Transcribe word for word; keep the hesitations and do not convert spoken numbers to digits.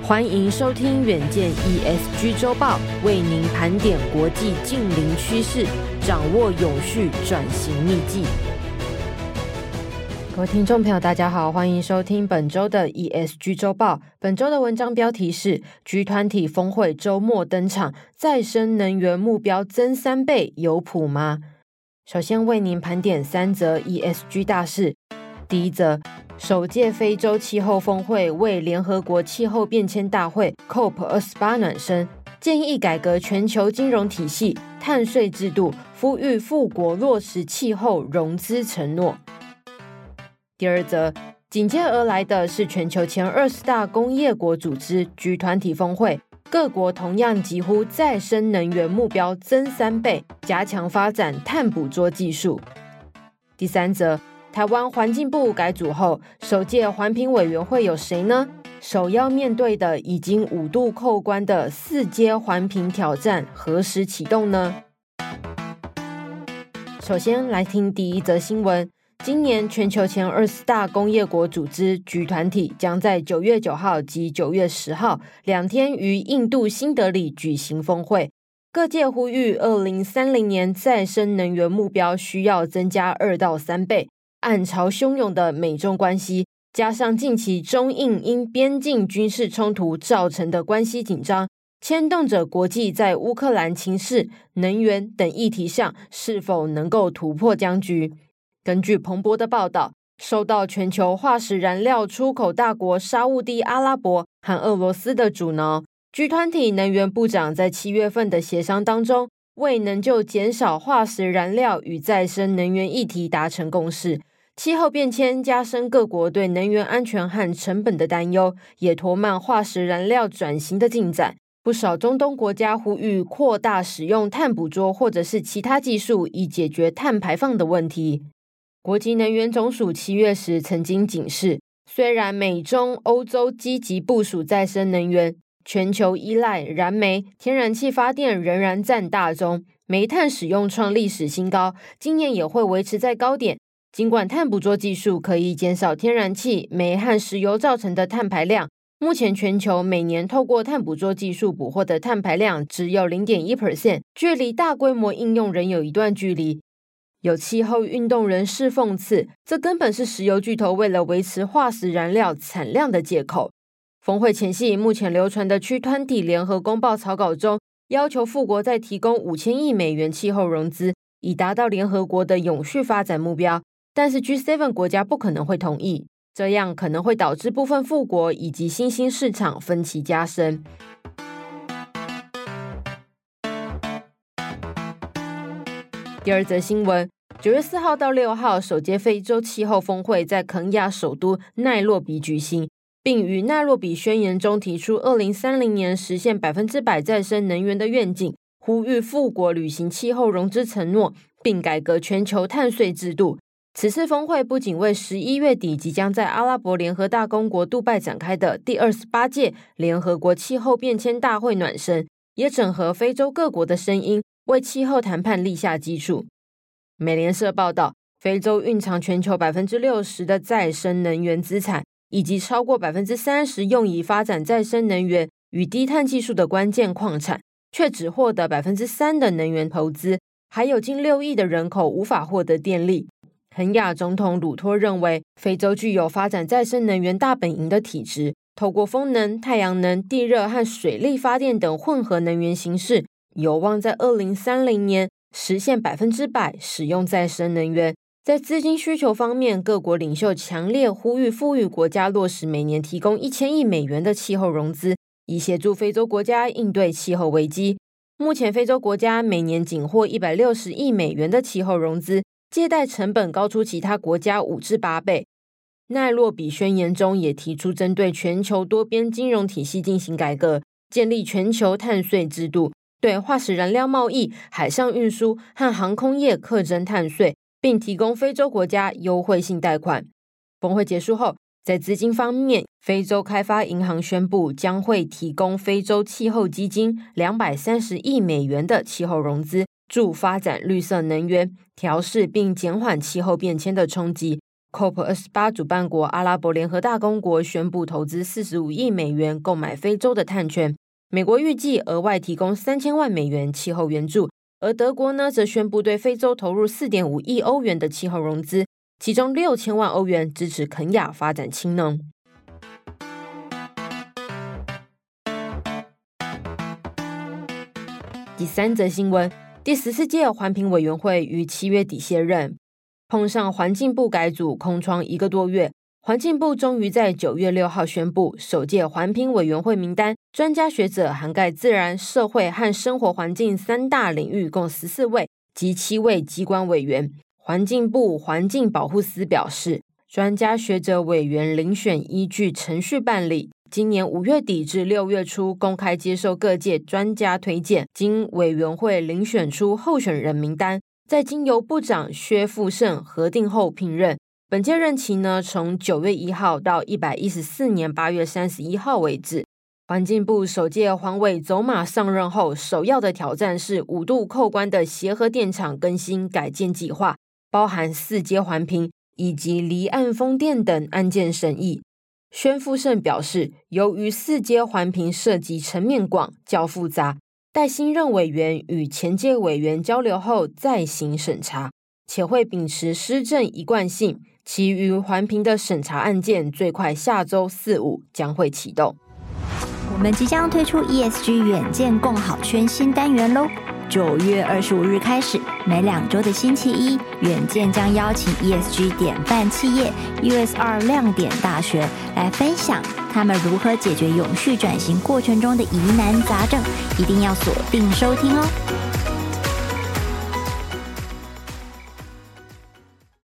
欢迎收听远见 E S G 周报，为您盘点国际近邻趋势，掌握永续转型秘技。各位听众朋友大家好，欢迎收听本周的 E S G 周报。本周的文章标题是 G 二十 峰会周末登场，再生能源目标增三倍有谱吗？首先为您盘点三则 E S G 大事。第一则，首届非洲气候峰会为联合国气候变迁大会 C O P 二十八 暖身，建议改革全球金融体系、碳税制度，呼吁富国落实气候融资承诺。第二则，紧接而来的是全球前二十大工业国组织 G 二十 峰会，各国同样疾呼再生能源目标增三倍，加强发展碳捕捉技术。第三则，台湾环境部改组后，首届环评委员会有谁呢？首要面对的已经五度扣关的四阶环评挑战何时启动呢？首先来听第一则新闻。今年全球前二十大工业国组织 G 二十 将在九月九号及九月十号两天于印度新德里举行峰会，各界呼吁二零三零年再生能源目标需要增加二到三倍。暗潮汹涌的美中关系，加上近期中印因边境军事冲突造成的关系紧张，牵动着国际在乌克兰情势、能源等议题上是否能够突破僵局。根据彭博的报道，受到全球化石燃料出口大国沙烏地阿拉伯和俄罗斯的阻挠， G 二十 能源部长在七月份的协商当中，未能就减少化石燃料与再生能源议题达成共识。气候变迁加深各国对能源安全和成本的担忧，也拖慢化石燃料转型的进展。不少中东国家呼吁扩大使用碳捕捉或者是其他技术，以解决碳排放的问题。国际能源总署七月时曾经警示，虽然美中欧洲积极部署再生能源，全球依赖燃煤、天然气发电仍然占大宗，煤炭使用创历史新高，今年也会维持在高点。尽管碳捕捉技术可以减少天然气、煤和石油造成的碳排量，目前全球每年透过碳捕捉技术捕获的碳排量只有 百分之零点一， 距离大规模应用仍有一段距离。有气候运动人士讽刺，这根本是石油巨头为了维持化石燃料产量的借口。峰会前夕，目前流传的 G 二十 联合公报草稿中，要求富国再提供五千亿美元气候融资，以达到联合国的永续发展目标。但是 G 七 国家不可能会同意，这样可能会导致部分富国以及新兴市场分歧加深。第二则新闻，九月四号到六号，首届非洲气候峰会在肯亚首都奈洛比举行，并于奈洛比宣言中提出二零三零年实现百分之百再生能源的愿景，呼吁富国履行气候融资承诺，并改革全球碳税制度。此次峰会不仅为十一月底即将在阿拉伯联合大公国杜拜展开的第二十八届联合国气候变迁大会暖身，也整合非洲各国的声音，为气候谈判立下基础。美联社报道，非洲蕴藏全球 百分之六十 的再生能源资产，以及超过 百分之三十 用以发展再生能源与低碳技术的关键矿产，却只获得 百分之三 的能源投资，还有近六亿的人口无法获得电力。肯亚总统鲁托认为，非洲具有发展再生能源大本营的体质，透过风能、太阳能、地热和水力发电等混合能源形式，有望在二零三零年实现百分之百使用再生能源。在资金需求方面，各国领袖强烈呼吁富裕国家落实每年提供一千亿美元的气候融资，以协助非洲国家应对气候危机。目前非洲国家每年仅获一百六十亿美元的气候融资，借贷成本高出其他国家五至八倍。奈洛比宣言中也提出针对全球多边金融体系进行改革，建立全球碳税制度，对化石燃料贸易、海上运输和航空业课征碳税，并提供非洲国家优惠性贷款。峰会结束后，在资金方面，非洲开发银行宣布将会提供非洲气候基金两百三十亿美元的气候融资，助发展绿色能源，调试并减缓气候变迁的冲击。 C O P 二十八 主办国阿拉伯联合大公国宣布投资四十五亿美元购买非洲的碳权，美国预计额外提供三千万美元气候援助，而德国呢则宣布对非洲投入 四点五亿欧元的气候融资，其中六千万欧元支持肯亚发展氢能。第三则新闻，第十四届环评委员会于七月底卸任，碰上环境部改组空窗一个多月，环境部终于在九月六号宣布，首届环评委员会名单专家学者涵盖自然、社会和生活环境三大领域，共十四位及七位机关委员。环境部环境保护司表示，专家学者委员遴选依据程序办理，今年五月底至六月初公开接受各界专家推荐，经委员会遴选出候选人名单，再经由部长薛富盛核定后聘任。本届任期呢，从九月一号到一百一十四年八月三十一号为止。环境部首届环委走马上任后，首要的挑战是五度扣关的协和电厂更新改建计划，包含四阶环评以及离岸风电等案件审议。宣富盛表示，由于四阶环评涉及层面广、较复杂，待新任委员与前届委员交流后再行审查，且会秉持施政一贯性，其余环评的审查案件最快下周四五将会启动。 我们即将推出 E S G 远见共好圈新单元咯，九月二十五日开始，每两周的星期一，远见将邀请 E S G 典范企业 U S R 亮点大学来分享他们如何解决永续转型过程中的疑难杂症，一定要锁定收听哦。